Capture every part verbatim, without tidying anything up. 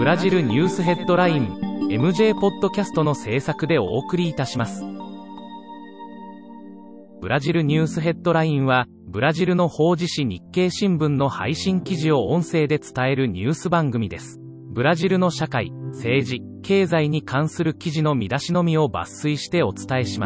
ブラジルニュースヘッドライン エムジェー ポッドキャストの制作でお送りいたします。ブラジルニュースヘッドラインは、ブラジルの法事紙日経新聞の配信記事を音声で伝えるニュース番組です。ブラジルの社会、政治、経済に関する記事の見出しのみを抜粋してお伝えします。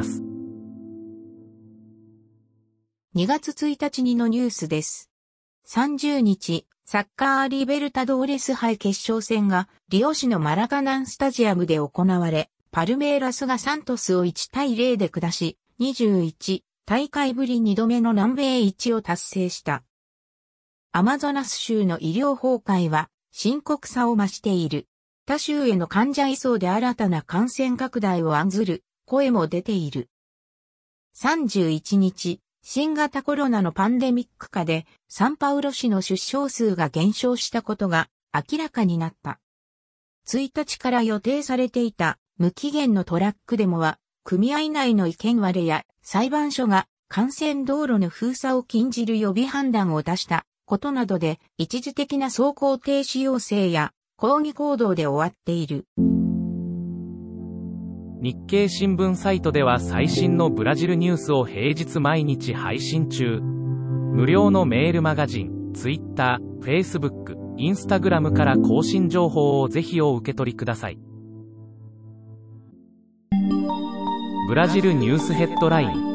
にがつついたちにのニュースです。さんじゅうにち、サッカーリベルタドーレス杯決勝戦がリオ市のマラカナンスタジアムで行われ、パルメイラスがサントスをいちたいゼロで下し、にじゅういちたいかいぶりにどめの南米一を達成した。アマゾナス州の医療崩壊は深刻さを増している。他州への患者移送で新たな感染拡大を案ずる声も出ている。さんじゅういちにち、新型コロナのパンデミック下でサンパウロ市の出生数が減少したことが明らかになった。ついたちから予定されていた無期限のトラックデモは組合内の意見割れや裁判所が幹線道路の封鎖を禁じる予備判断を出したことなどで一時的な走行停止要請や抗議行動で終わっている。 日経新聞サイトでは最新のブラジルニュースを平日毎日配信中。無料のメールマガジン、Twitter、Facebook、Instagram から更新情報をぜひお受け取りください。ブラジルニュースヘッドライン